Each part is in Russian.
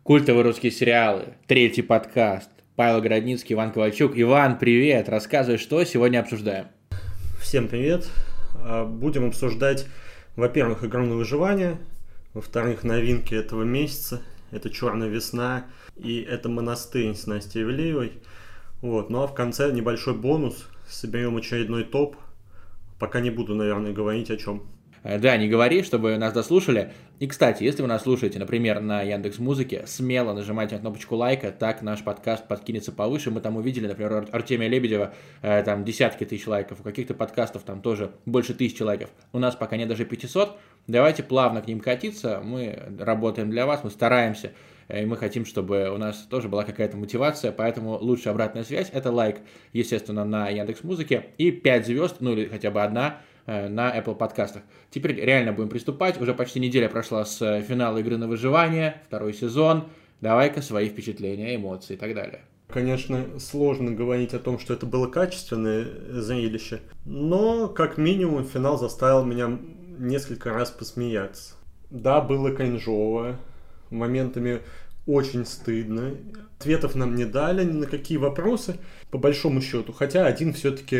Культовые русские сериалы, третий подкаст. Павел Городницкий, Иван Ковальчук. Иван, привет! Рассказывай, что сегодня обсуждаем. Всем привет! Будем обсуждать, во-первых, игру на выживание, во-вторых, новинки этого месяца. Это «Черная весна» и это «Монастырь» с Настей Ивлеевой. Вот. Ну а в конце небольшой бонус. Соберем очередной топ. Пока не буду, наверное, говорить о чем. Да, не говори, чтобы нас дослушали. И, кстати, если вы нас слушаете, например, на Яндекс.Музыке, смело нажимайте на кнопочку лайка, так наш подкаст подкинется повыше. Мы там увидели, например, у Артемия Лебедева там десятки тысяч лайков, у каких-то подкастов там тоже больше 1000 лайков. У нас пока нет даже 500. Давайте плавно к ним катиться. Мы работаем для вас, мы стараемся. И мы хотим, чтобы у нас тоже была какая-то мотивация, поэтому лучшая обратная связь – это лайк, естественно, на Яндекс.Музыке и 5 звезд, ну или хотя бы одна, на Apple подкастах. Теперь реально будем приступать. Уже почти неделя прошла с финала игры на выживание, второй сезон. Давай-ка свои впечатления, эмоции и так далее. Конечно, сложно говорить о том, что это было качественное зрелище, но как минимум финал заставил меня несколько раз посмеяться. Да, было кринжово, моментами очень стыдно. Ответов нам не дали ни на какие вопросы, по большому счету. Хотя один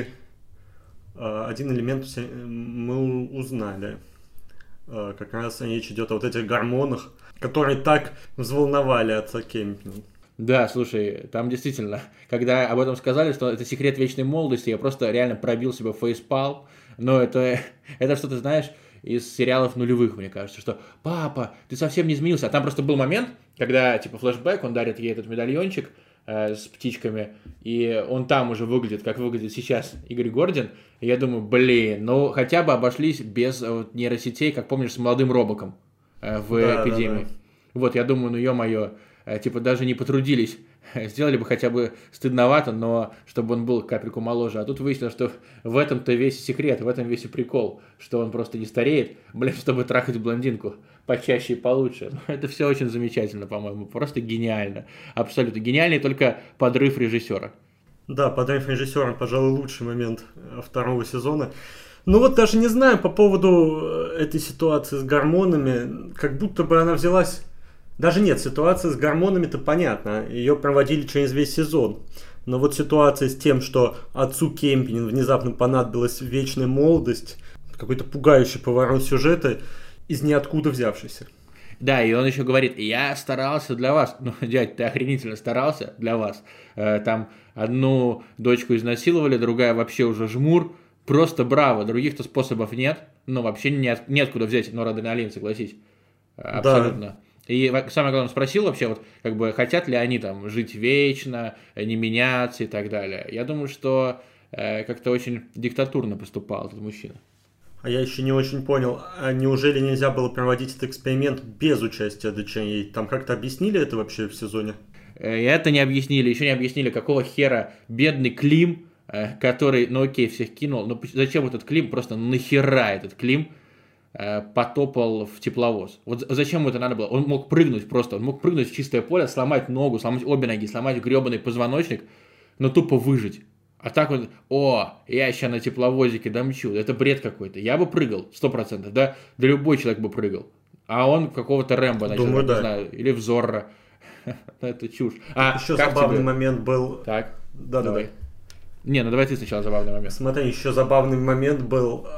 элемент мы узнали. Как раз речь идет о вот этих гормонах, которые так взволновали отца Кемпина. Да, слушай, там действительно, когда об этом сказали, что это секрет вечной молодости, я просто реально пробил себе фейспалм. Но это что-то, знаешь, из сериалов нулевых, мне кажется, что «Папа, ты совсем не изменился». А там просто был момент, когда, типа, флешбэк, он дарит ей этот медальончик с птичками, и он там уже выглядит, как выглядит сейчас Игорь Гордин. И я думаю, ну хотя бы обошлись без нейросетей, как помнишь, с молодым Робоком в «Эпидемии». Да. Вот, я думаю, ну ё-моё, типа даже не потрудились, сделали бы хотя бы стыдновато, но чтобы он был капельку моложе. А тут выяснилось, что в этом-то весь секрет, в этом весь и прикол, что он просто не стареет, чтобы трахать блондинку почаще и получше. Это все очень замечательно, по-моему, просто гениально. Абсолютно гениальный, только подрыв режиссера. Да, подрыв режиссера, пожалуй, лучший момент второго сезона. Ну вот даже не знаю по поводу этой ситуации с гормонами, как будто бы она взялась... Даже нет, ситуация с гормонами-то понятна, ее проводили через весь сезон. Но вот ситуация с тем, что отцу Кемпинин внезапно понадобилась вечная молодость, какой-то пугающий поворот сюжета, из ниоткуда взявшийся. Да, и он еще говорит, я старался для вас. Ну, дядь, ты охренительно старался для вас. Там одну дочку изнасиловали, другая вообще уже жмур. Просто браво, других-то способов нет. Ну, вообще нет куда взять норадреналин, согласись. Абсолютно. Да. И самое главное, спросил вообще, вот, как бы, хотят ли они там жить вечно, не меняться и так далее. Я думаю, что как-то очень диктатурно поступал этот мужчина. А я еще не очень понял, а неужели нельзя было проводить этот эксперимент без участия дочерей? Там как-то объяснили это вообще в сезоне? Это не объяснили, еще не объяснили, какого хера бедный Клим, который, ну окей, всех кинул, но зачем этот Клим, просто нахера этот Клим потопал в тепловоз. Вот зачем ему это надо было? Он мог прыгнуть просто, он мог прыгнуть в чистое поле, сломать ногу, сломать обе ноги, сломать гребаный позвоночник, но тупо выжить. А так вот, я сейчас на тепловозике домчу, это бред какой-то. Я бы прыгал, 100%, да любой человек бы прыгал. А он какого-то Рэмбо, думаю, не знаю, или в Зорро. Это чушь. Еще забавный момент был... Так, давай. Не, ну давай ты сначала забавный момент. Смотри, еще забавный момент был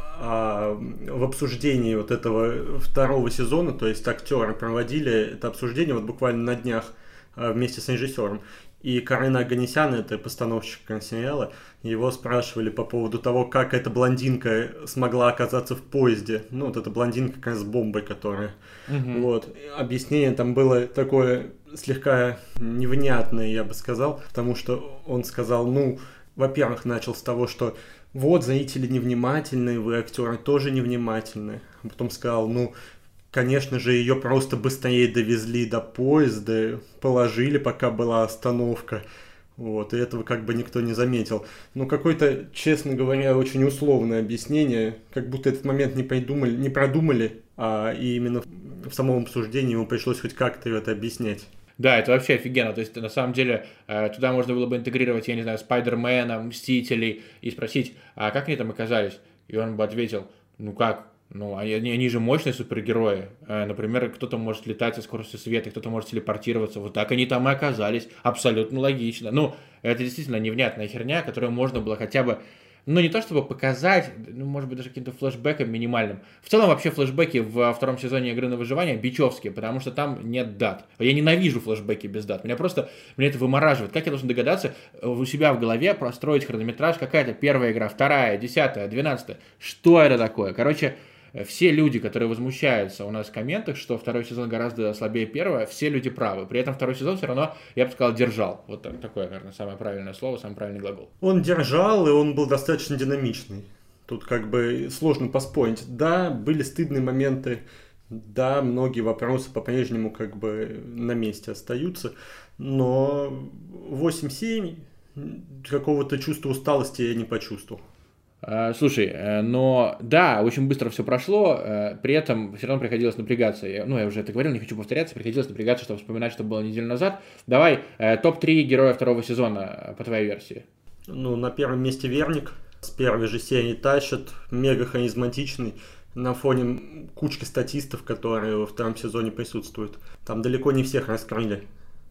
в обсуждении вот этого второго сезона, то есть актеры проводили это обсуждение вот буквально на днях вместе с режиссером. И Карен Оганесян, это постановщик сериала, его спрашивали по поводу того, как эта блондинка смогла оказаться в поезде. Ну, вот эта блондинка как раз с бомбой, которая... Угу. Вот. Объяснение там было такое слегка невнятное, я бы сказал, потому что он сказал, во-первых, начал с того, что вот, зрители невнимательные, вы, актеры, тоже невнимательны. А потом сказал, конечно же, ее просто быстрее довезли до поезда, положили, пока была остановка. Вот, и этого как бы никто не заметил. Какое-то, честно говоря, очень условное объяснение, как будто этот момент не продумали, а именно в самом обсуждении ему пришлось хоть как-то это объяснять. Да, это вообще офигенно. То есть, на самом деле, туда можно было бы интегрировать, я не знаю, Спайдермена, Мстителей и спросить, а как они там оказались? И он бы ответил, как? Ну, они же мощные супергерои. Например, кто-то может летать со скоростью света, кто-то может телепортироваться. Вот так они там и оказались. Абсолютно логично. Ну, это действительно невнятная херня, которую можно было хотя бы, ну, не то чтобы показать, ну, может быть, даже каким-то флешбеком минимальным. В целом, вообще, флешбеки во втором сезоне «Игры на выживание» бичевские, потому что там нет дат. Я ненавижу флешбеки без дат. Меня это вымораживает. Как я должен догадаться у себя в голове простроить хронометраж? Какая-то первая игра, вторая, 10-я, 12-я. Что это такое? Короче, все люди, которые возмущаются у нас в комментах, что второй сезон гораздо слабее первого, все люди правы. При этом второй сезон все равно, я бы сказал, держал. Вот такое, наверное, самое правильное слово, самый правильный глагол. Он держал, и он был достаточно динамичный. Тут как бы сложно поспорить. Да, были стыдные моменты, да, многие вопросы по-прежнему как бы на месте остаются, но 8-7 какого-то чувства усталости я не почувствовал. Слушай, но да, очень быстро все прошло, при этом все равно приходилось напрягаться. Я уже это говорил, не хочу повторяться, приходилось напрягаться, чтобы вспоминать, что было неделю назад. Давай, топ-3 героя второго сезона, по твоей версии. Ну, на первом месте Верник, с первой же серии тащит, мега харизматичный, на фоне кучки статистов, которые во втором сезоне присутствуют. Там далеко не всех раскрыли.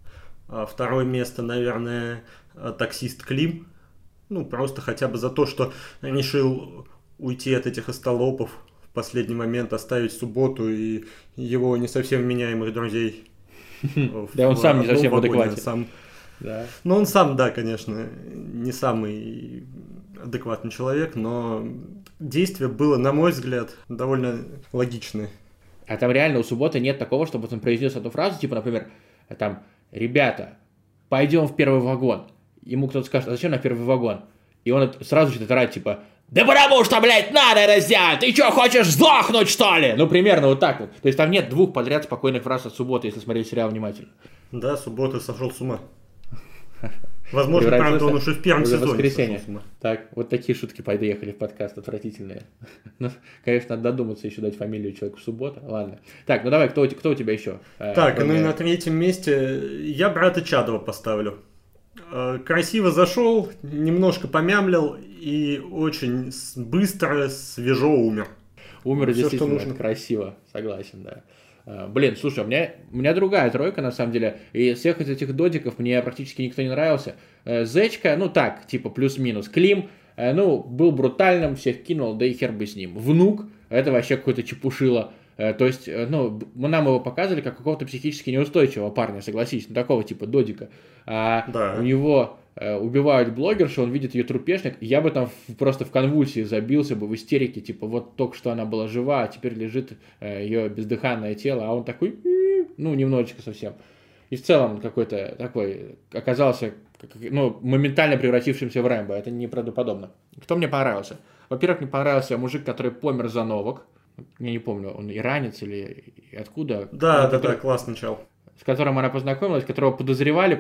Второе место, наверное, таксист Клим. Ну, просто хотя бы за то, что решил уйти от этих остолопов в последний момент, оставить Субботу и его не совсем вменяемых друзей. Да, он сам не совсем адекватен. Ну, он сам, да, конечно, не самый адекватный человек, но действие было, на мой взгляд, довольно логичное. А там реально у Субботы нет такого, чтобы он произнес эту фразу, типа, например, там, ребята, пойдем в первый вагон. Ему кто-то скажет, а зачем на первый вагон? И он сразу же орать, типа, да потому что, блядь, надо раздять! Ты что, хочешь сдохнуть, что ли? Ну, примерно вот так вот. То есть там нет двух подряд спокойных фраз от Субботы, если смотреть сериал внимательно. Да, Суббота сошел с ума. Возможно, правда, он уже в первом сезоне сошел с ума. Так, вот такие шутки поехали в подкаст, отвратительные. Ну, конечно, надо додуматься еще дать фамилию человеку Суббота. Ладно. Так, ну давай, кто у тебя еще? Так, ну и на третьем месте я брата Чадова поставлю. Красиво зашел, немножко помямлил и очень быстро, свежо умер. Умер все, действительно красиво, согласен, да. Блин, слушай, у меня другая тройка, на самом деле, и из всех этих додиков мне практически никто не нравился. Зечка, ну так, типа плюс-минус. Клим, ну, был брутальным, всех кинул, да и хер бы с ним. Внук, это вообще какое-то чепушило. То есть, ну, нам его показывали как какого-то психически неустойчивого парня, согласись, ну, такого типа додика. Да. У него убивают блогершу, он видит ее трупешник, я бы там просто в конвульсии забился бы, в истерике, типа, вот только что она была жива, а теперь лежит ее бездыханное тело, а он такой, ну, немножечко совсем. И в целом он какой-то такой оказался, ну, моментально превратившимся в Рэмбо, это неправдоподобно. Кто мне понравился? Во-первых, мне понравился мужик, который помер за новок. Я не помню, он иранец или откуда. Да, классный чел. С которым она познакомилась, которого подозревали,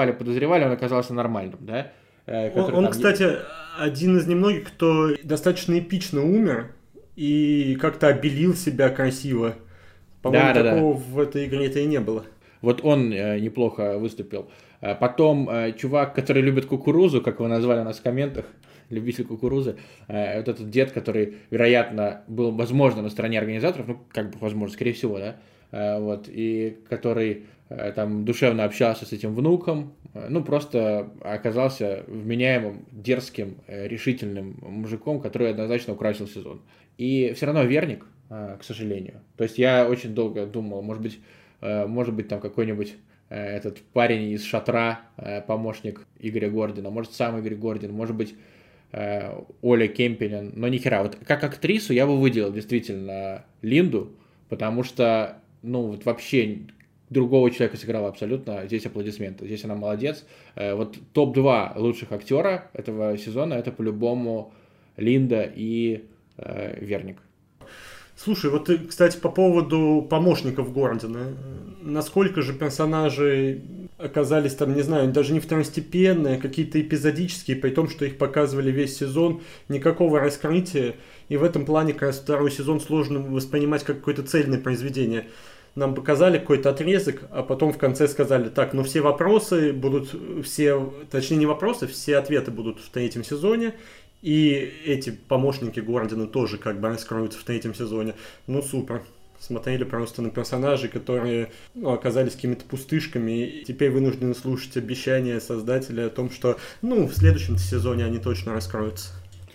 он оказался нормальным, да? Он, кстати, один из немногих, кто достаточно эпично умер и как-то обелил себя красиво. По-моему, такого в этой игре-то и не было. Вот он неплохо выступил. Потом чувак, который любит кукурузу, как его назвали у нас в комментах, любитель кукурузы, вот этот дед, который, вероятно, был, возможно, на стороне организаторов, ну, как бы, возможно, скорее всего, да, вот, и который там душевно общался с этим внуком, ну, просто оказался вменяемым, дерзким, решительным мужиком, который однозначно украсил сезон. И все равно Верник, к сожалению. То есть я очень долго думал, может быть, там какой-нибудь этот парень из Шатра, помощник Игоря Гордина, может, сам Игорь Гордин, может быть, Оля Кемпинен, но ни хера. Вот как актрису я бы выделил действительно Линду, потому что, ну, вот вообще другого человека сыграла абсолютно. Здесь аплодисменты. Здесь она молодец. Вот топ-2 лучших актера этого сезона — это по-любому Линда и Верник. Слушай, вот, кстати, по поводу помощников Гордина. Насколько же персонажи оказались там, не знаю, даже не второстепенные, а какие-то эпизодические, при том, что их показывали весь сезон, никакого раскрытия. И в этом плане как раз второй сезон сложно воспринимать как какое-то цельное произведение. Нам показали какой-то отрезок, а потом в конце сказали, так, ну все вопросы будут, точнее не вопросы, все ответы будут в третьем сезоне. И эти помощники Гордона тоже как бы раскроются в третьем сезоне. Ну, супер. Смотрели просто на персонажей, которые оказались какими-то пустышками, и теперь вынуждены слушать обещания создателя о том, что в следующем сезоне они точно раскроются.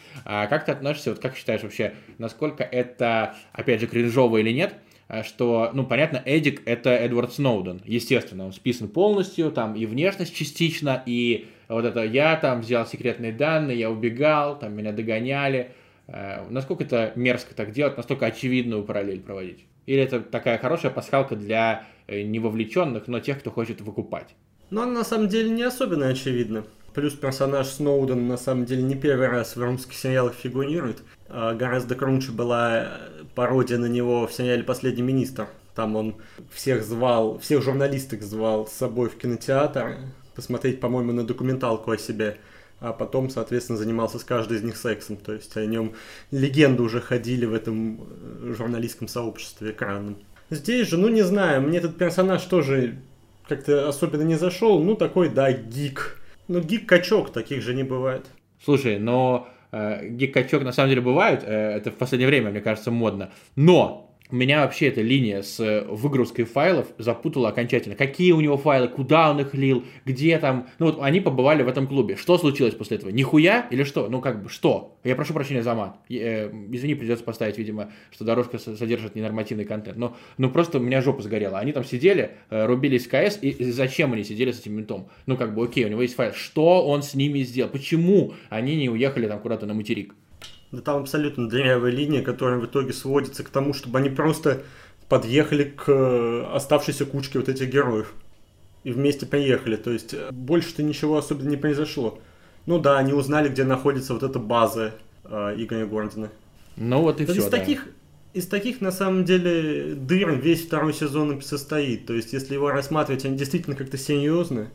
А как ты относишься, вот как считаешь вообще, насколько это, опять же, кринжово или нет, что, понятно, Эдик — это Эдвард Сноуден, естественно, он списан полностью, там и внешность частично, и вот это я там взял секретные данные, я убегал, там меня догоняли. Насколько это мерзко так делать, настолько очевидную параллель проводить? Или это такая хорошая пасхалка для невовлеченных, но тех, кто хочет выкупать? Но она на самом деле не особенно очевидна. Плюс персонаж Сноуден на самом деле не первый раз в русских сериалах фигурирует. Гораздо круче была пародия на него в сериале «Последний министр». Там он всех журналисток звал с собой в кинотеатр посмотреть, по-моему, на документалку о себе. А потом, соответственно, занимался с каждой из них сексом. То есть о нем легенды уже ходили в этом журналистском сообществе экранном. Здесь же, не знаю, мне этот персонаж тоже как-то особенно не зашел. Такой, да, гик. Гик-качок, таких же не бывает. Слушай, но гик-качок на самом деле бывают, это в последнее время, мне кажется, модно. Но меня вообще эта линия с выгрузкой файлов запутала окончательно. Какие у него файлы, куда он их лил, где там... они побывали в этом клубе. Что случилось после этого? Нихуя или что? Что? Я прошу прощения за мат. Извини, придется поставить, видимо, что дорожка содержит ненормативный контент. Но просто у меня жопа сгорела. Они там сидели, рубились в КС, и зачем они сидели с этим ментом? Окей, у него есть файл. Что он с ними сделал? Почему они не уехали там куда-то на материк? Да там абсолютно дырявая линия, которая в итоге сводится к тому, чтобы они просто подъехали к оставшейся кучке вот этих героев. И вместе приехали. То есть больше-то ничего особенно не произошло. Да, они узнали, где находится вот эта база Игоря Гордона. И все, Из таких, на самом деле, дыр весь второй сезон и состоит. То есть, если его рассматривать, они действительно как-то серьезно.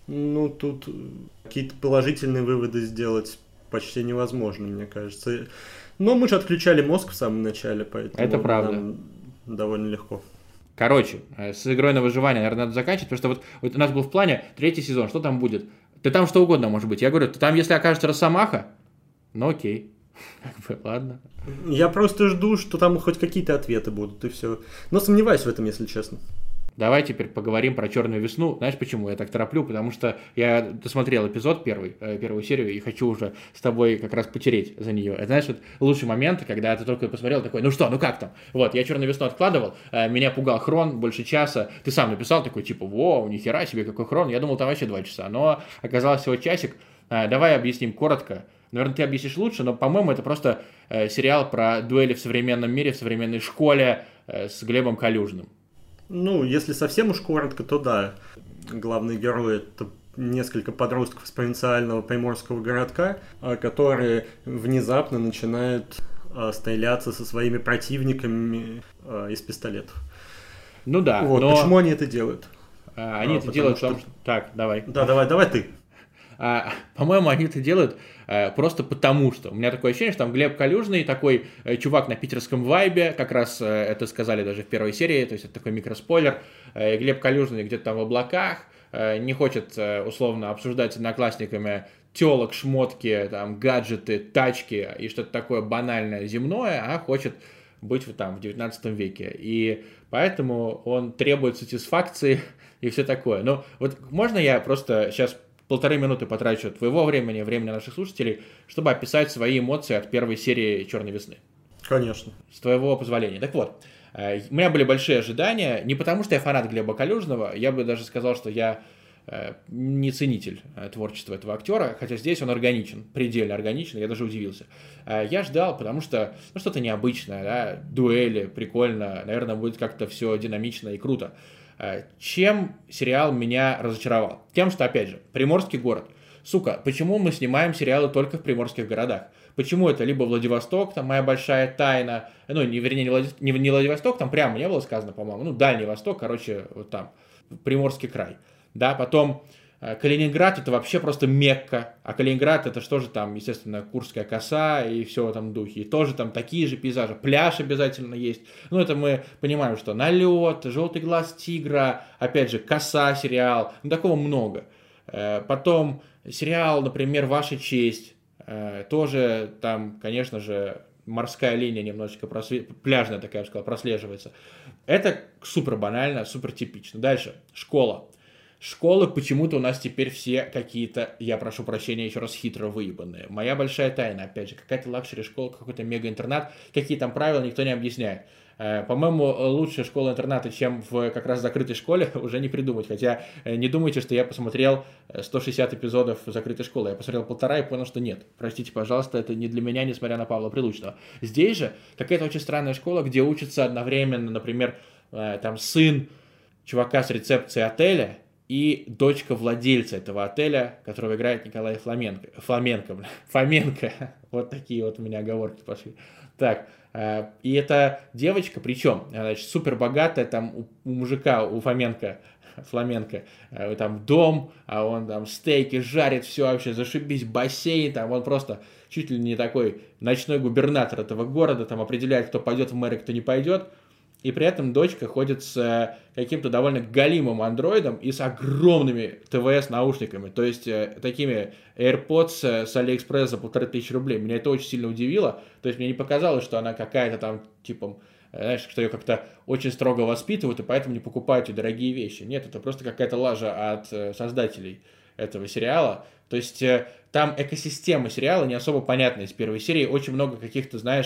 Тут какие-то положительные выводы сделать почти невозможно, мне кажется. Но мы же отключали мозг в самом начале, поэтому это правда. Нам довольно легко. Короче, с игрой на выживание, наверное, надо заканчивать, потому что вот у нас был в плане третий сезон, что там будет? Да там что угодно может быть. Я говорю, там если окажется Росомаха, окей. Ладно. Я просто жду, что там хоть какие-то ответы будут, и все. Но сомневаюсь в этом, если честно. Давай теперь поговорим про «Черную весну». Знаешь, почему я так тороплю? Потому что я досмотрел эпизод первую серию, и хочу уже с тобой как раз потереть за нее. Это, знаешь, лучший момент, когда ты только посмотрел, такой, как там? Я «Черную весну» откладывал, меня пугал хрон больше часа. Ты сам написал такой, вау, нихера себе, какой хрон. Я думал, там вообще 2 часа, но оказалось всего часик. Давай объясним коротко. Наверное, ты объяснишь лучше, но, по-моему, это просто сериал про дуэли в современном мире, в современной школе с Глебом Калюжным. Если совсем уж коротко, то да. Главный герой — это несколько подростков из провинциального приморского городка, которые внезапно начинают стреляться со своими противниками из пистолетов. Почему они это делают? Они это делают потому что... Так, давай. Да, давай ты. По-моему, они это делают просто потому, что у меня такое ощущение, что там Глеб Калюжный, такой чувак на питерском вайбе, как раз это сказали даже в первой серии, то есть это такой микроспойлер. Глеб Калюжный где-то там в облаках, не хочет условно обсуждать с одноклассниками телок, шмотки, там, гаджеты, тачки и что-то такое банальное земное, а хочет быть там в 19 веке. И поэтому он требует сатисфакции и все такое. Можно я просто сейчас 1,5 минуты потрачу твоего времени наших слушателей, чтобы описать свои эмоции от первой серии «Черной весны». Конечно. С твоего позволения. Так вот, у меня были большие ожидания, не потому что я фанат Глеба Калюжного, я бы даже сказал, что я не ценитель творчества этого актера, хотя здесь он органичен, предельно органичен, я даже удивился. Я ждал, потому что что-то необычное, да, дуэли, прикольно, наверное, будет как-то все динамично и круто. Чем сериал меня разочаровал? Тем, что, опять же, приморский город. Сука, почему мы снимаем сериалы только в приморских городах? Почему это либо Владивосток, там «Моя большая тайна», не Владивосток, там прямо не было сказано, по-моему, Дальний Восток, вот там, Приморский край. Да, потом Калининград — это вообще просто Мекка, а Калининград — это что же там, естественно, Курская коса и все в этом духе, и тоже там такие же пейзажи, пляж обязательно есть, это мы понимаем, что «Налет», «Желтый глаз тигра», опять же, «Коса» сериал, такого много. Потом сериал, например, «Ваша честь», Тоже там, конечно же, морская линия немножечко пляжная такая, я бы сказал, прослеживается. Это супер банально, супер типично. Дальше. Школа. Школы почему-то у нас теперь все какие-то, я прошу прощения, еще раз хитро выебанные. Моя большая тайна, опять же, какая-то лакшери-школа, какой-то мега-интернат, какие там правила, никто не объясняет. По-моему, лучше школа-интерната, чем в как раз закрытой школе, уже не придумать. Хотя не думайте, что я посмотрел 160 эпизодов закрытой школы. Я посмотрел 1,5 и понял, что нет. Простите, пожалуйста, это не для меня, несмотря на Павла Прилучного. Здесь же какая-то очень странная школа, где учатся одновременно, например, там сын чувака с рецепции отеля и дочка владельца этого отеля, которого играет Николай Фоменко. Вот такие вот у меня оговорки пошли. Так, и эта девочка, причем, значит, супер богатая, там у мужика, у Фоменко, там дом, а он там стейки жарит, все вообще зашибись, бассейн, там он просто чуть ли не такой ночной губернатор этого города, там определяет, кто пойдет в мэры, кто не пойдет. И при этом дочка ходит с каким-то довольно галимым андроидом и с огромными ТВС-наушниками. То есть такими AirPods с Алиэкспресс за 1500 рублей. Меня это очень сильно удивило. То есть мне не показалось, что она какая-то там, типа, знаешь, что ее как-то очень строго воспитывают, и поэтому не покупают ей дорогие вещи. Нет, это просто какая-то лажа от создателей этого сериала. То есть там экосистема сериала не особо понятна из первой серии. Очень много каких-то, знаешь,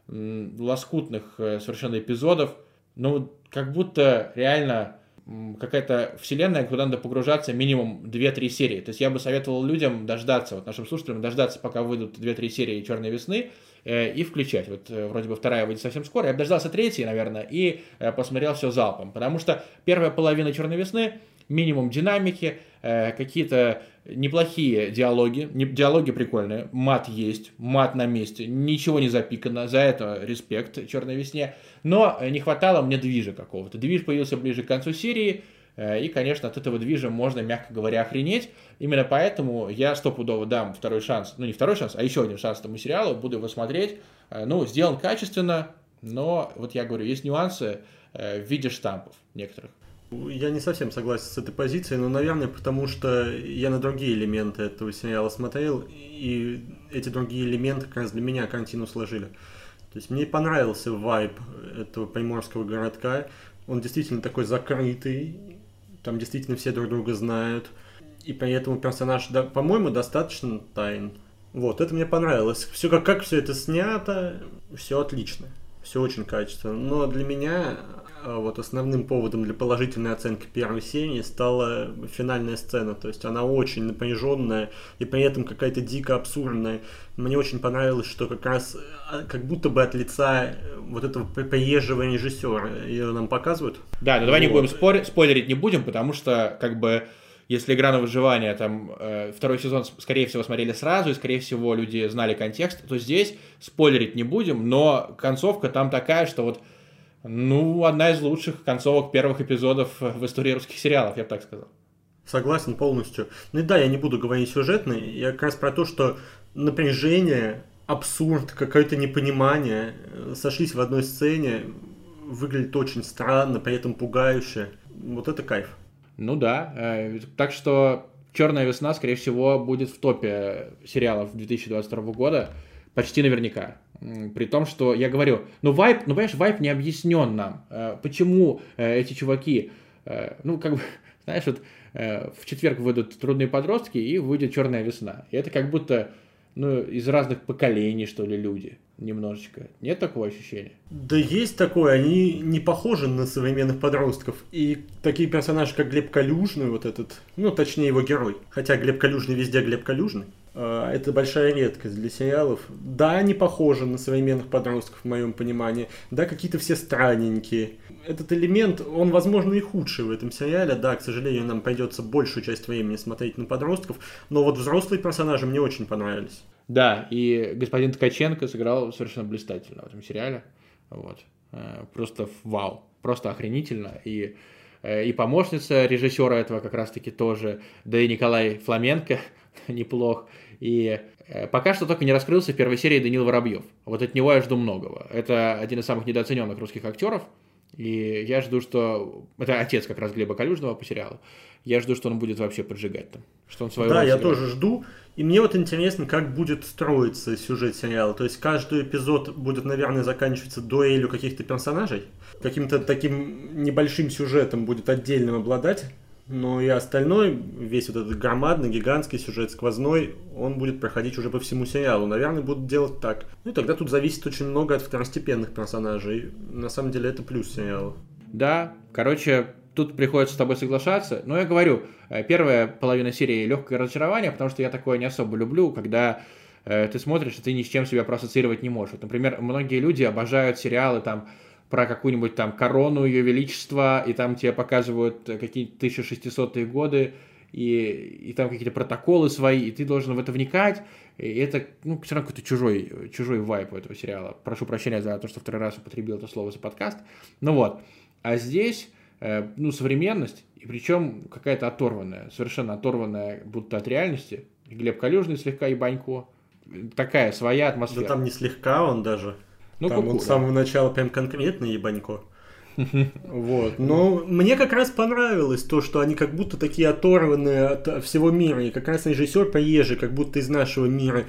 лоскутных совершенно эпизодов, ну, как будто реально какая-то вселенная, куда надо погружаться минимум 2-3 серии. То есть я бы советовал людям дождаться, вот нашим слушателям, дождаться, пока выйдут 2-3 серии «Черной весны», и включать. Вот вроде бы вторая выйдет совсем скоро. Я бы дождался третьей, наверное, и посмотрел все залпом. Потому что первая половина «Черной весны» минимум динамики, какие-то неплохие диалоги. Диалоги прикольные. Мат есть, мат на месте. Ничего не запикано. За это респект «Черной весне». Но не хватало мне движа какого-то. Движ появился ближе к концу серии. И, конечно, от этого движа можно, мягко говоря, охренеть. Именно поэтому я стопудово дам второй шанс. Ну, не второй шанс, а еще один шанс этому сериалу. Буду его смотреть. Ну, сделан качественно. Но, вот я говорю, есть нюансы в виде штампов некоторых. Я не совсем согласен с этой позицией, но, наверное, потому что я на другие элементы этого сериала смотрел, и эти другие элементы как раз для меня картину сложили. То есть мне понравился вайб этого приморского городка. Он действительно такой закрытый, там действительно все друг друга знают, и при этом персонаж, да, по-моему, достаточно тайн. Вот, это мне понравилось. Все как все это снято, все отлично, все очень качественно. Но для меня вот основным поводом для положительной оценки первой серии стала финальная сцена. То есть она очень напряженная и при этом какая-то дико абсурдная. Мне очень понравилось, что как раз как будто бы от лица вот этого приезжего режиссера ее нам показывают. Да, но давай не будем спойлерить не будем, потому что как бы если «Игра на выживание», там второй сезон, скорее всего, смотрели сразу, и, скорее всего, люди знали контекст, то здесь спойлерить не будем, но концовка там такая, что вот ну, одна из лучших концовок первых эпизодов в истории русских сериалов, я бы так сказал. Согласен полностью. Ну и да, я не буду говорить сюжетно, я как раз про то, что напряжение, абсурд, какое-то непонимание сошлись в одной сцене, выглядит очень странно, при этом пугающе. Вот это кайф. Ну да, так что «Черная весна», скорее всего, будет в топе сериалов 2022 года, почти наверняка. При том, что я говорю, понимаешь, вайб не объяснен нам. Почему эти чуваки, как бы, знаешь, вот в четверг выйдут «Трудные подростки» и выйдет «Черная весна». И это как будто, из разных поколений, что ли, люди. Немножечко. Нет такого ощущения? Да есть такое, они не похожи на современных подростков. И такие персонажи, как Глеб Калюжный, вот этот, точнее его герой. Хотя Глеб Калюжный везде Глеб Калюжный. Это большая редкость для сериалов. Да, они похожи на современных подростков, в моем понимании. Да, какие-то все странненькие. Этот элемент, он, возможно, и худший в этом сериале. Да, к сожалению, нам придется большую часть времени смотреть на подростков. Но вот взрослые персонажи мне очень понравились. Да, и господин Ткаченко сыграл совершенно блистательно в этом сериале. Вот. Просто вау. Просто охренительно. И помощница режиссера этого как раз-таки тоже. Да и Николай Фоменко неплох. И пока что только не раскрылся в первой серии Даниил Воробьев. Вот от него я жду многого. Это один из самых недооцененных русских актеров. И я жду, что... Это отец как раз Глеба Калюжного по сериалу. Я жду, что он будет вообще поджигать там. Что он свою Да, роль я сыграет. тоже жду. И мне вот интересно, как будет строиться сюжет сериала. То есть каждый эпизод будет, наверное, заканчиваться дуэлью каких-то персонажей. Каким-то таким небольшим сюжетом будет отдельным обладать. Но и остальной, весь вот этот громадный, гигантский сюжет, сквозной, он будет проходить уже по всему сериалу. Наверное, будут делать так. Ну и тогда тут зависит очень много от второстепенных персонажей. На самом деле это плюс сериала. Да, короче, тут приходится с тобой соглашаться. Но я говорю, первая половина серии легкое разочарование, потому что я такое не особо люблю, когда ты смотришь, и ты ни с чем себя проассоциировать не можешь. Вот, например, многие люди обожают сериалы там про какую-нибудь там корону Ее Величества, и там тебе показывают какие-то 1600-е годы, и там какие-то протоколы свои, и ты должен в это вникать, и это, ну, все равно какой-то чужой вайб у этого сериала. Прошу прощения за то, что второй раз употребил это слово за подкаст. Ну вот, а здесь, ну, современность, и причем какая-то оторванная, совершенно оторванная будто от реальности. Глеб Калюжный слегка ебанько, такая своя атмосфера. Да там не слегка он даже. Ну, там он с самого начала прям конкретно ебанько. Вот. Но мне как раз понравилось то, что они как будто такие оторванные от всего мира. И как раз режиссер приезжий, как будто из нашего мира.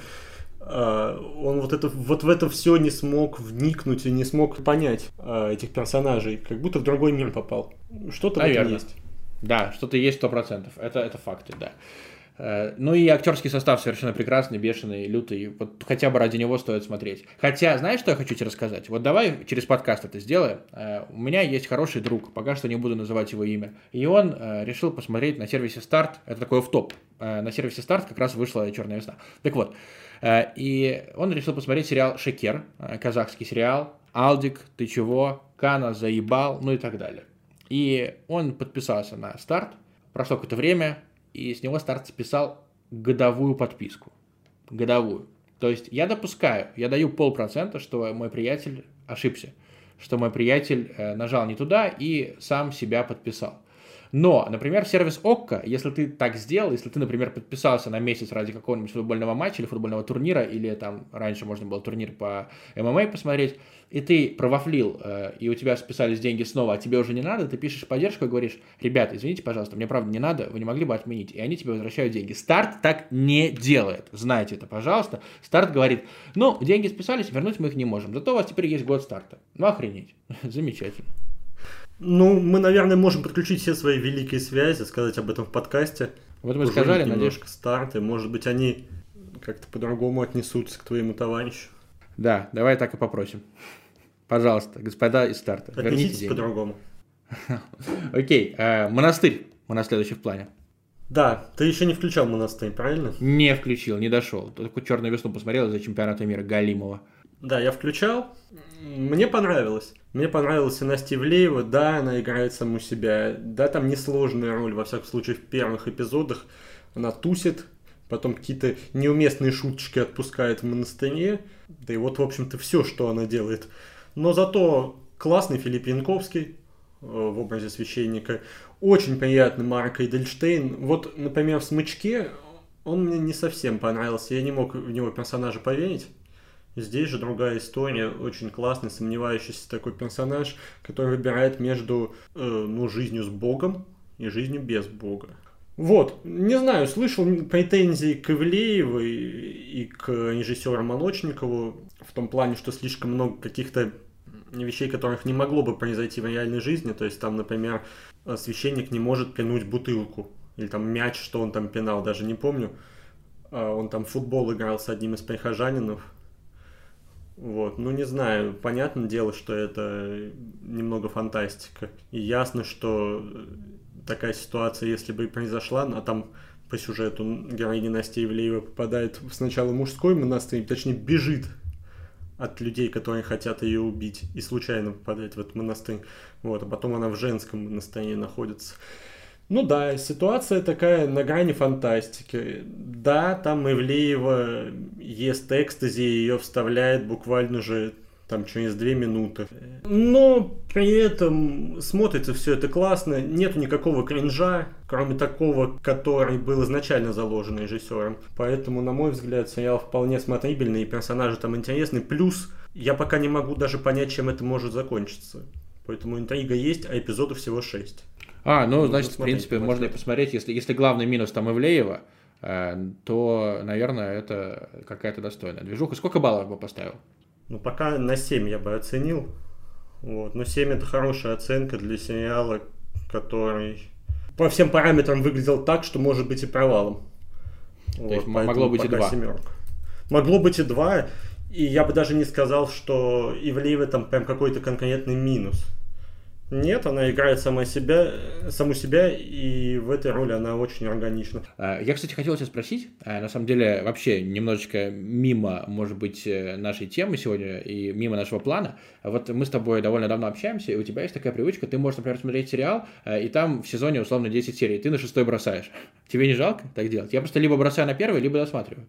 Он вот в это все не смог вникнуть и не смог понять этих персонажей. Как будто в другой мир попал. Что-то в этом есть. Да, что-то есть 100%. Это факты, да. Ну и актерский состав совершенно прекрасный, бешеный, лютый. Вот хотя бы ради него стоит смотреть. Хотя, знаешь, что я хочу тебе рассказать? Вот давай через подкаст это сделаем. У меня есть хороший друг, пока что не буду называть его имя. И он решил посмотреть на сервисе Старт. Это такой офф-топ. На сервисе Старт как раз вышла «Черная весна». Так вот. И он решил посмотреть сериал «Шекер», казахский сериал. «Алдик, ты чего? Кана заебал», ну и так далее. И он подписался на Старт. Прошло какое-то время. И с него Старт списал годовую подписку. Годовую. То есть я допускаю, я даю 0,5%, что мой приятель ошибся. Что мой приятель нажал не туда и сам себя подписал. Но, например, сервис ОККО, если ты так сделал, если ты, например, подписался на месяц ради какого-нибудь футбольного матча или футбольного турнира, или там раньше можно было турнир по ММА посмотреть, и ты провафлил, и у тебя списались деньги снова, а тебе уже не надо, ты пишешь поддержку и говоришь: ребята, извините, пожалуйста, мне правда не надо, вы не могли бы отменить, и они тебе возвращают деньги. Старт так не делает, знайте это, пожалуйста. Старт говорит: ну, деньги списались, вернуть мы их не можем, зато у вас теперь есть год старта. Ну, охренеть, замечательно. Ну, мы, наверное, можем подключить все свои великие связи, сказать об этом в подкасте. Вот мы сказали, немножко старты. Может быть, они как-то по-другому отнесутся к твоему товарищу. Да, давай так и попросим. Пожалуйста, господа из Старта, верните деньги. По-другому. Окей, монастырь у нас следующий в плане. Да, ты еще не включал монастырь, правильно? Не включил, не дошел. Только «Черную весну» посмотрел из-за чемпионата мира Галимова. Да, я включал. Мне понравилось. Мне понравилась и Настя Ивлеева. Да, она играет саму себя. Да, там несложная роль, во всяком случае, в первых эпизодах. Она тусит, потом какие-то неуместные шуточки отпускает в монастыре. Да и вот, в общем-то, все, что она делает. Но зато классный Филипп Янковский в образе священника. Очень приятный Марк Эйдельштейн. Вот, например, в «Смычке» он мне не совсем понравился. Я не мог в него персонажа поверить. Здесь же другая история, очень классный, сомневающийся такой персонаж, который выбирает между жизнью с Богом и жизнью без Бога. Вот, не знаю, слышал претензии к Ивлеевой и к режиссеру Молочникову в том плане, что слишком много каких-то вещей, которых не могло бы произойти в реальной жизни. То есть там, например, священник не может пинуть бутылку, или там мяч, что он там пинал, даже не помню. Он там в футбол играл с одним из прихожанинов. Вот, ну не знаю, понятное дело, что это немного фантастика. И ясно, что такая ситуация, если бы и произошла, а там по сюжету героиня Настя Ивлеева попадает сначала в мужской монастырь, точнее бежит от людей, которые хотят ее убить, и случайно попадает в этот монастырь. Вот, а потом она в женском монастыре находится. Ну да, ситуация такая на грани фантастики. Да, там Ивлеева ест экстази, ее вставляет буквально же там через 2 минуты. Но при этом смотрится все это классно, нет никакого кринжа, кроме такого, который был изначально заложен режиссером. Поэтому, на мой взгляд, сериал вполне смотрибельный, и персонажи там интересны. Плюс я пока не могу даже понять, чем это может закончиться. Поэтому интрига есть, а эпизодов всего 6. Ну, значит, в принципе, можно и посмотреть, если главный минус там Ивлеева, то, наверное, это какая-то достойная движуха. Сколько баллов бы поставил? Ну, пока на 7 я бы оценил. Вот. Но 7 это хорошая оценка для сериала, который по всем параметрам выглядел так, что может быть и провалом. То есть могло быть и 2. Могло быть и 2. И я бы даже не сказал, что Ивлеева там прям какой-то конкретный минус. Нет, она играет саму себя, и в этой роли она очень органична. Я, кстати, хотел тебя спросить, на самом деле, вообще немножечко мимо, может быть, нашей темы сегодня и мимо нашего плана. Вот мы с тобой довольно давно общаемся, и у тебя есть такая привычка, ты можешь, например, смотреть сериал, и там в сезоне условно 10 серий, ты на 6 бросаешь. Тебе не жалко так делать? Я просто либо бросаю на 1, либо досматриваю.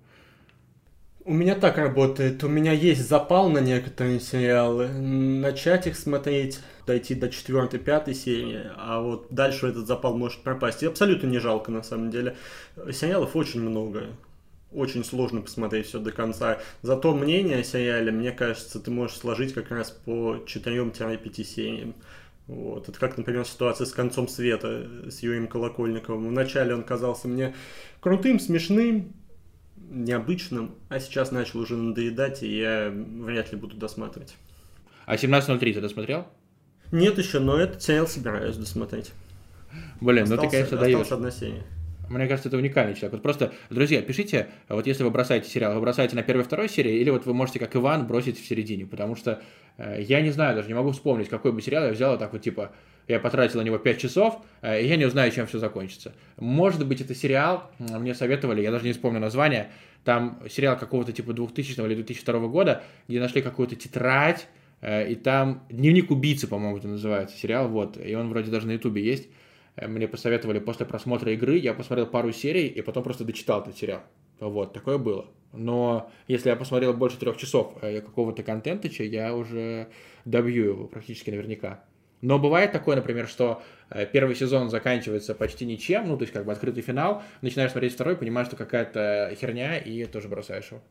У меня так работает. У меня есть запал на некоторые сериалы. Начать их смотреть, дойти до 4-5 серии, а вот дальше этот запал может пропасть. И абсолютно не жалко, на самом деле. Сериалов очень много. Очень сложно посмотреть все до конца. Зато мнение о сериале, мне кажется, ты можешь сложить как раз по 4-5 сериям. Вот. Это как, например, ситуация с «Концом света» с Юрием Колокольниковым. Вначале он казался мне крутым, смешным, необычным, а сейчас начал уже надоедать, и я вряд ли буду досматривать. А 17.03 ты досмотрел? Нет еще, но этот сериал собираюсь досмотреть. Блин, ты, конечно, даешь. Осталась одна серия. Мне кажется, это уникальный человек. Вот просто, друзья, пишите, вот если вы бросаете сериал, вы бросаете на 1-2 серии, или вот вы можете, как Иван, бросить в середине, потому что я не знаю, даже не могу вспомнить, какой бы сериал я взял, так вот типа, я потратил на него 5 часов, и я не узнаю, чем все закончится. Может быть, это сериал, мне советовали, я даже не вспомню название, там сериал какого-то типа 2000 или 2002 года, где нашли какую-то тетрадь, и там «Дневник убийцы», по-моему, это называется сериал, вот, и он вроде даже на Ютубе есть. Мне посоветовали после просмотра игры, я посмотрел пару серий и потом просто дочитал этот сериал. Вот, такое было. Но если я посмотрел больше 3 часов какого-то контента, я уже добью его практически наверняка. Но бывает такое, например, что первый сезон заканчивается почти ничем, ну, то есть как бы открытый финал, начинаешь смотреть второй, понимаешь, что какая-то херня, и тоже бросаешь его.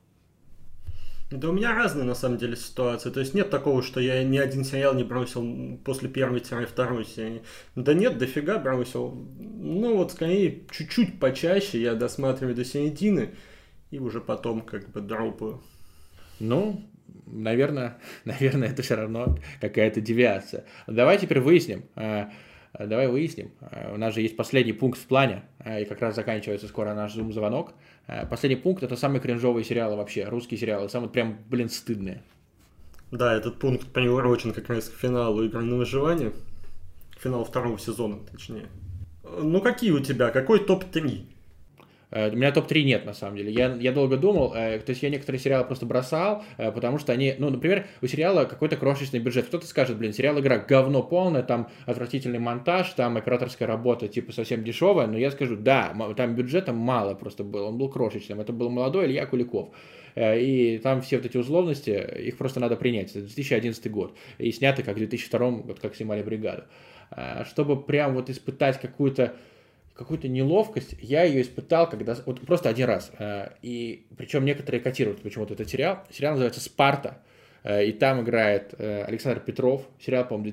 Да у меня разные, на самом деле, ситуации. То есть нет такого, что я ни один сериал не бросил после 1-2 серии. Да нет, дофига бросил. Ну вот, скорее, чуть-чуть почаще я досматриваю до середины и уже потом как бы дропаю. Ну, наверное, это все равно какая-то девиация. Давай теперь выясним. Давай выясним. У нас же есть последний пункт в плане, и как раз заканчивается скоро наш Zoom-звонок. Последний пункт — это самые кринжовые сериалы вообще, русские сериалы, самые прям, стыдные. Да, этот пункт приурочен как раз к финалу «Игры на выживание», к финалу 2 сезона, точнее. Ну, какие у тебя? Какой топ-3? У меня топ-3 нет, на самом деле. Я долго думал, то есть я некоторые сериалы просто бросал, потому что они, ну, например, у сериала какой-то крошечный бюджет. Кто-то скажет, сериал «Игра» говно полное, там отвратительный монтаж, там операторская работа типа совсем дешевая, но я скажу, да, там бюджета мало просто было, он был крошечным. Это был молодой Илья Куликов. И там все вот эти условности, их просто надо принять. Это 2011 год. И снято как в 2002, вот как снимали «Бригаду». Чтобы прям вот испытать какую-то неловкость, я ее испытал, когда вот просто один раз. И причем некоторые котируют почему-то этот сериал. Сериал называется «Спарта». И там играет Александр Петров. Сериал, по-моему,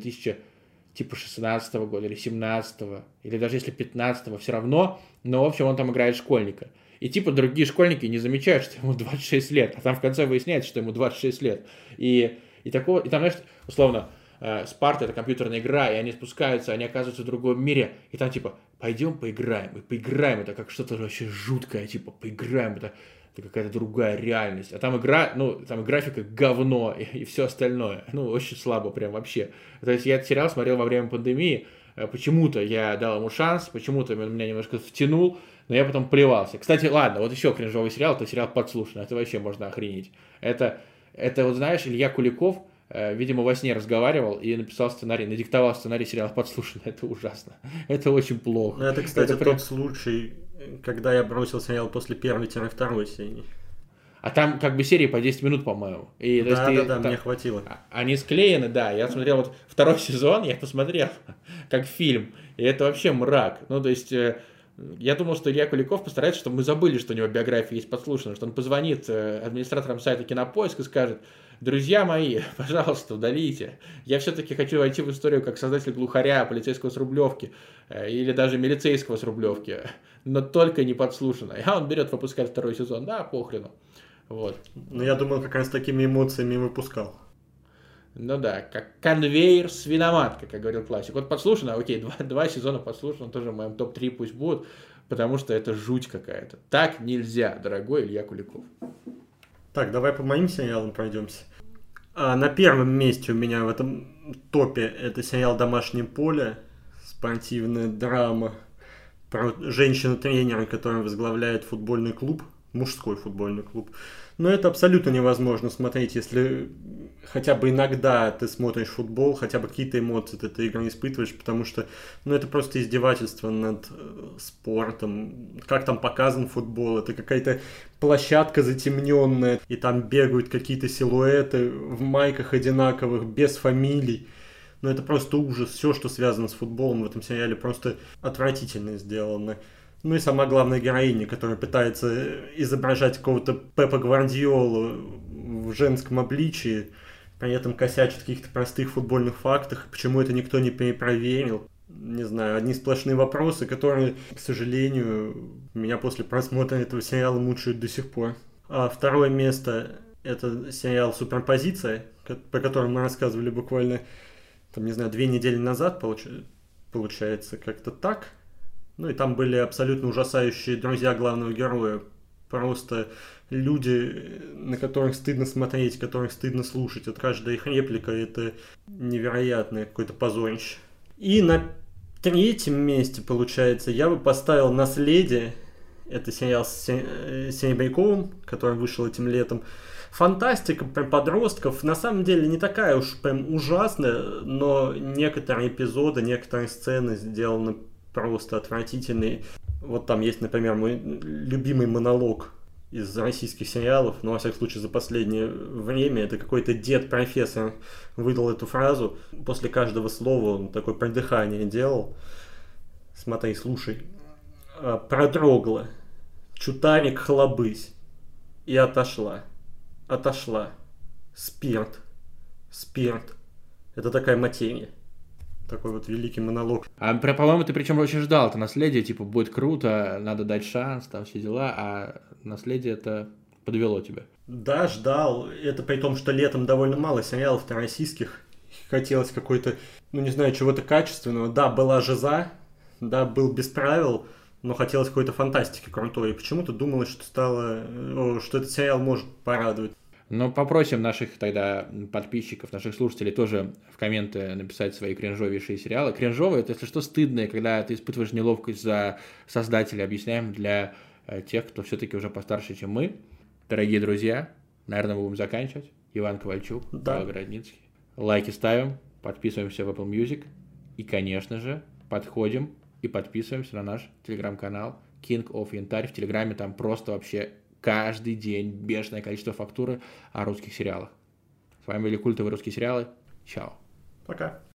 2016 года или 17 или даже если 15 все равно. Но, в общем, он там играет школьника. И типа другие школьники не замечают, что ему 26 лет. А там в конце выясняется, что ему 26 лет. И там, знаешь, условно, Спарта — это компьютерная игра, и они спускаются, они оказываются в другом мире, и там типа пойдем поиграем, и поиграем, это как что-то вообще жуткое, типа поиграем, это какая-то другая реальность. А там игра, там графика говно и все остальное, очень слабо прям вообще. То есть я этот сериал смотрел во время пандемии, почему-то я дал ему шанс, почему-то меня немножко втянул, но я потом плевался. Кстати, ладно, вот еще кринжовый сериал, это сериал «Подслушанный», это вообще можно охренеть. Это вот знаешь, Илья Куликов, видимо, во сне разговаривал и написал сценарий, надиктовал сценарий сериала «Подслушанный». Это ужасно. Это очень плохо. Это, кстати, тот случай, когда я бросил сериал после 1-2 серии. А там как бы серии по 10 минут, по-моему. Да, мне хватило. Они склеены, да. Я смотрел вот 2 сезон, я посмотрел как фильм. И это вообще мрак. То есть Я думал, что Илья Куликов постарается, чтобы мы забыли, что у него биография есть подслушана, что он позвонит администраторам сайта Кинопоиск и скажет: друзья мои, пожалуйста, удалите. Я все-таки хочу войти в историю как создатель «Глухаря», полицейского с Рублевки или даже милицейского с Рублевки, но только не подслушано. А он берет, выпускает второй сезон. Да, похрену. Вот. Но я думал, как раз такими эмоциями выпускал. Ну да, как конвейер свиноматка, как говорил классик. Вот подслушано, окей, два сезона подслушано, тоже в моем топ-3 пусть будут, потому что это жуть какая-то. Так нельзя, дорогой Илья Куликов. Так, давай по моим сериалам пройдемся. На первом месте у меня в этом топе это сериал «Домашнее поле», спортивная драма про женщину-тренера, которая возглавляет футбольный клуб, мужской футбольный клуб. Но это абсолютно невозможно смотреть, если хотя бы иногда ты смотришь футбол, хотя бы какие-то эмоции от этой игры испытываешь, потому что это просто издевательство над спортом. Как там показан футбол, это какая-то площадка затемненная, и там бегают какие-то силуэты в майках одинаковых, без фамилий. Но это просто ужас. Все, что связано с футболом в этом сериале, просто отвратительно сделано. Ну и сама главная героиня, которая пытается изображать какого-то Пепа Гвардиолу в женском обличии, при этом косячит в каких-то простых футбольных фактах. Почему это никто не перепроверил? Не знаю, одни сплошные вопросы, которые, к сожалению, меня после просмотра этого сериала мучают до сих пор. А второе место — это сериал «Суперпозиция», про который мы рассказывали буквально, 2 недели назад, получается, как-то так. Ну и там были абсолютно ужасающие друзья главного героя. Просто люди, на которых стыдно смотреть, которых стыдно слушать. Вот каждая их реплика — это невероятное какое-то позорище. И на третьем месте, получается, я бы поставил «Наследие». Это сериал с Серебряковым, который вышел этим летом. Фантастика про подростков на самом деле не такая уж прям ужасная, но некоторые эпизоды, некоторые сцены сделаны просто отвратительные. Вот там есть, например, мой любимый монолог из российских сериалов, но, во всяком случае, за последнее время это какой-то дед-профессор выдал эту фразу. После каждого слова он такое придыхание делал. Смотри, слушай. Продрогла. Чутарик хлобысь. И отошла. Отошла. Спирт. Спирт. Это такая материя. Такой вот великий монолог. По-моему, ты причем очень ждал это «Наследие», типа, будет круто, надо дать шанс, там все дела, а «Наследие» это подвело тебя. Да, ждал. Это при том, что летом довольно мало сериалов-то российских. Хотелось какой-то, чего-то качественного. Да, была «Жиза», да, был «Без правил», но хотелось какой-то фантастики крутой. И почему-то думалось, что этот сериал может порадовать. Но попросим наших тогда подписчиков, наших слушателей тоже в комменты написать свои кринжовейшие сериалы. Кринжовые — это, если что, стыдное, когда ты испытываешь неловкость за создателя. Объясняем для тех, кто все-таки уже постарше, чем мы. Дорогие друзья, наверное, мы будем заканчивать. Иван Ковальчук, да. Павел Городницкий. Лайки ставим, подписываемся в Apple Music. И, конечно же, подходим и подписываемся на наш телеграм-канал King of Янтарь. В телеграме там просто вообще каждый день бешеное количество фактуры о русских сериалах. С вами были культовые русские сериалы. Чао. Пока.